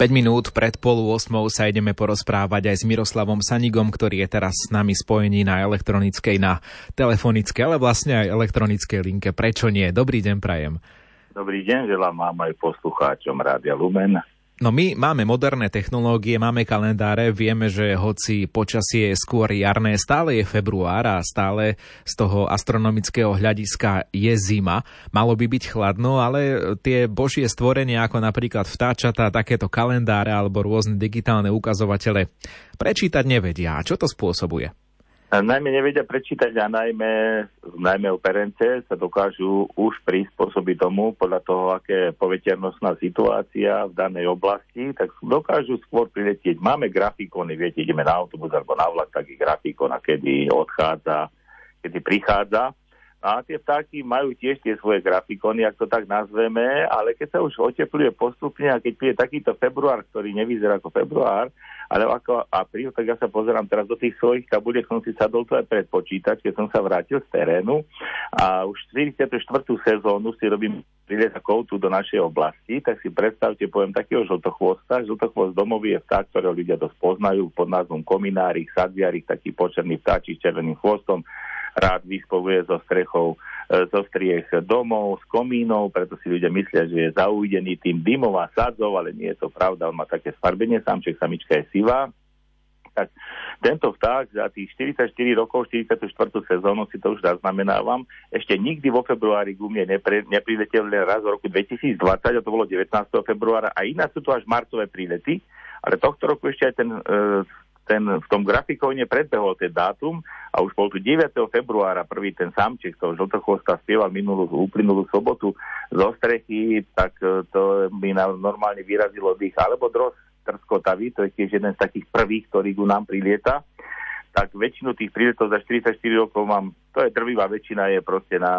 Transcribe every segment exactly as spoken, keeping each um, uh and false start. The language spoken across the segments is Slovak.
päť minút pred pol ôsmou sa ideme porozprávať aj s Miroslavom Sanigom, ktorý je teraz s nami spojený na elektronickej, na telefonickej, ale vlastne aj elektronickej linke. Prečo nie? Dobrý deň prajem. Dobrý deň, želám vám aj poslucháčom Rádia Lumen. No my máme moderné technológie, máme kalendáre, vieme, že hoci počasie je skôr jarné, stále je február a stále z toho astronomického hľadiska je zima. Malo by byť chladno, ale tie božie stvorenia, ako napríklad vtáčatá, takéto kalendáre alebo rôzne digitálne ukazovatele prečítať nevedia. A čo to spôsobuje? Najmä nevedia prečítať a najmä, najmä operence sa dokážu už prispôsobiť tomu, podľa toho, aké je poveternostná situácia v danej oblasti, tak dokážu skôr priletieť. Máme grafikóny, viete, ideme na autobus alebo na vlak, taký grafikón, a kedy odchádza, kedy prichádza. A tie vtáky majú tiež tie svoje grafikóny, ak to tak nazveme, ale keď sa už otepluje postupne a keď príde takýto február, ktorý nevyzerá ako február, ale ako apríl, tak ja sa pozerám teraz do tých svojich tabuliek, som si sadol to aj pred počítač, keď som sa vrátil z terénu a už štyridsiatu štvrtú sezónu si robím príletakov tu do našej oblasti, tak si predstavte, poviem, takého žltochvosta. Žltochvost domový je vták, ktorého ľudia dosť poznajú pod názvom kominárik, sadziarik, taký počerný vtáčik s červeným chvostom. Rád vyspovuje zo strechov, zo striech domov, z komínov, preto si ľudia myslia, že je zaújdený tým dymom a sadzov, ale nie je to pravda, on má také sfarbenie, samček, samička je sivá. Tak tento vták za tých štyridsaťštyri rokov, štyridsiatu štvrtú sezónu, si to už zaznamenávam, ešte nikdy vo februári k mne nepre, nepriletel len raz v roku dvetisícdvadsať, a to bolo devätnásteho februára, a iná sú to až marcové prílety, ale tohto roku ešte aj ten... E, ten v tom grafikóne predbehol ten dátum a už bol tu deviateho februára prvý ten samček toho žltochvosta spieval minulú, uplynulú sobotu zo strechy, tak to by nám normálne vyrazilo dých. Alebo dros trskotavý, to je tiež jeden z takých prvých, ktorý ku nám prilieta. Tak väčšinu tých príletov za štyridsaťštyri rokov mám, to je drvivá väčšina, je proste na,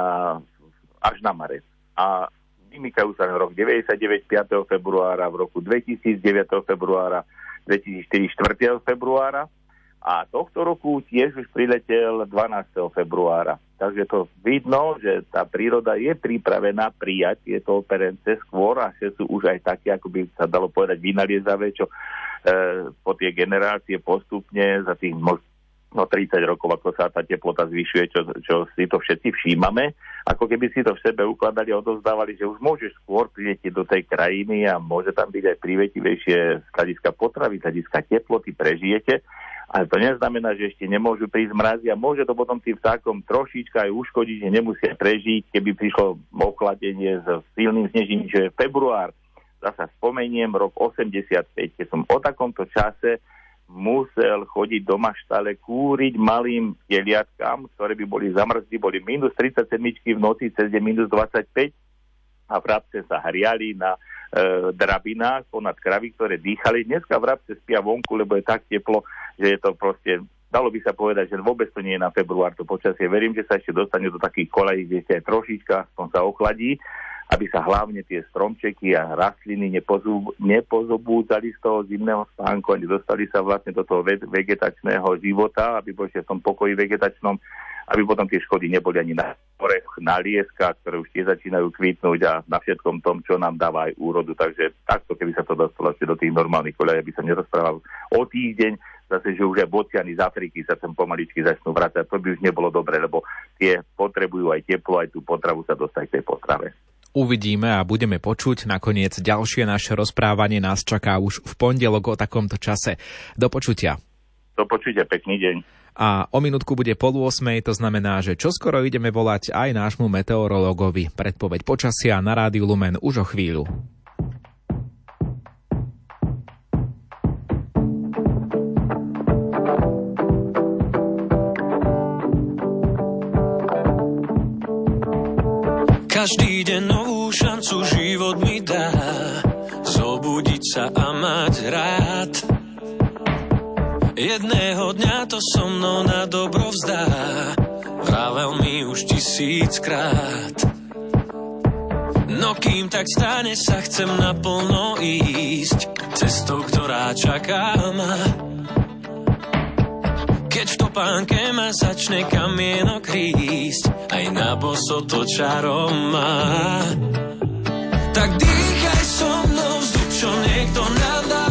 až na marec. A vymykajú sa na rok deväťdesiatdeväť piateho februára, v roku dvetisíc deviateho februára, dvetisícštyri štvrtého februára a tohto roku tiež už priletel dvanásteho februára. Takže to vidno, že tá príroda je pripravená prijať tieto operence skôr a že sú už aj také, ako by sa dalo povedať, vynaliezavé, čo e, po tie generácie postupne za tých no tridsať rokov, ako sa tá teplota zvyšuje, čo, čo si to všetci všímame, ako keby si to v sebe ukladali a odovzdávali, že už môžeš skôr priletieť do tej krajiny a môže tam byť aj prívetivejšie z hľadiska potravy, z hľadiska teploty, prežijete, ale to neznamená, že ešte nemôžu prísť mrazy a môže to potom tým vtákom trošička aj uškodiť, že nemusia prežiť, keby prišlo ochladenie s silným snežením, že je február. Zasa spomeniem rok osemdesiatpäť, keď som o takomto čase musel chodiť do maštale kúriť malým teliatkám, ktoré by boli zamrzli, boli minus tridsaťsedem v noci, cez deň minus dvadsaťpäť a vrabce sa hriali na e, drabinách ponad kravy, ktoré dýchali. Dneska vrabce spia vonku, lebo je tak teplo, že je to proste, dalo by sa povedať, že vôbec to nie je na február to počasie. Verím, že sa ešte dostane do takých kolejí, kde ešte aj trošička, aspoň sa ochladí, aby sa hlavne tie stromčeky a rastliny nepozub, nepozobúdzali z toho zimného spánku a nedostali sa vlastne do toho vegetačného života, aby boli v tom pokoji vegetačnom, aby potom tie škody neboli ani na orech, na lieskach, ktoré už tie začínajú kvitnúť a na všetkom tom, čo nám dáva aj úrodu. Takže takto, keby sa to dostalo ešte do tých normálnych koľají, aby sa nerozprával o týždeň, zase, že už aj bociany z Afriky sa sem pomaličky začnú vrácať. To by už nebolo dobre, lebo tie potrebujú aj teplo, aj tú potravu sa dostať k tej potrave. Uvidíme a budeme počuť. Nakoniec ďalšie naše rozprávanie nás čaká už v pondelok o takomto čase. Do počutia. Do počutia, pekný deň. A o minútku bude pol ôsmej, to znamená, že čoskoro ideme volať aj nášmu meteorológovi. Predpoveď počasia na Rádiu Lumen už o chvíľu. Každý deň novú šancu život mi dá, zobudiť sa a mať rád. Jedného dňa to so mnou na dobro vzdá, vravel mi už tisíckrát. No kým tak stane, sa chcem naplno ísť cestou, ktorá čaká ma. Keď v topánke ma začne kamienok rísť, aj na boso to čarom má. Tak dýchaj so mnou vzduch, čo niekto nám dá.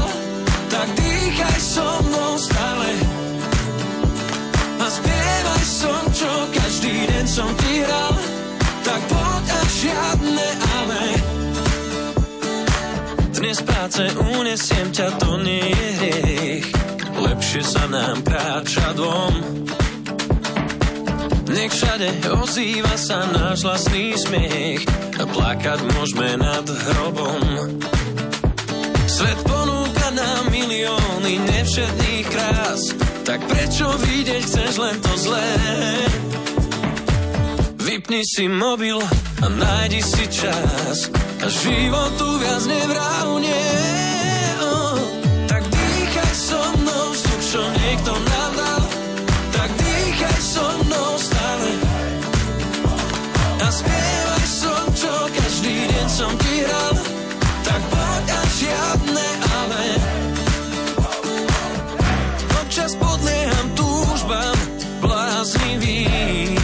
z práce unesiem ťa, to nie je hriech. Lepšie sa nám kráča dvom. Nech všade ozýva sa náš vlastný smiech a plakať môžeme nad hrobom. Svet ponúka nám milióny nevšetných krás, tak prečo vidieť chceš len to zlé? Vypni si mobil a nájdi si čas a životu viac nevrávne. Oh, tak dýchaj so mnou vzduch, čo niekto nám dal. Tak dýchaj so mnou stále a spievaj som, čo každý deň som ti hral. Tak poď a žiadne ale. Občas podlieham túžbám bláznivým,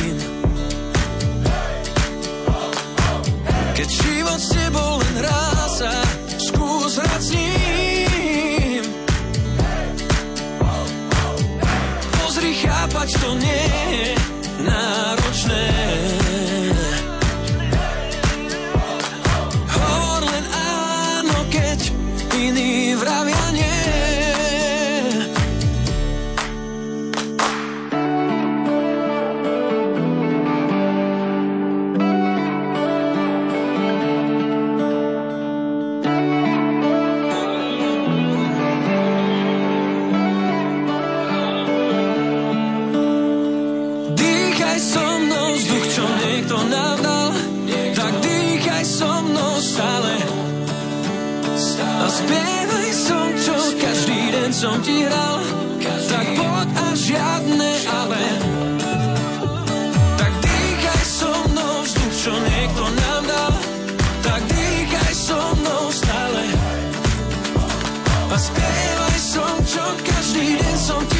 keď život s tebou len hrá sa, skús hrať s ním. Pozri, chápať to nie je náročné. Hovor len áno, keď iní vravia nie. Spievaj som, čo každý deň som ti hral. Tak poď a žiadne ale. Tak dýchaj so mnou vzduch, čo niekto nám dal. Tak dýchaj so mnou stále a spievaj som, čo každý deň som ti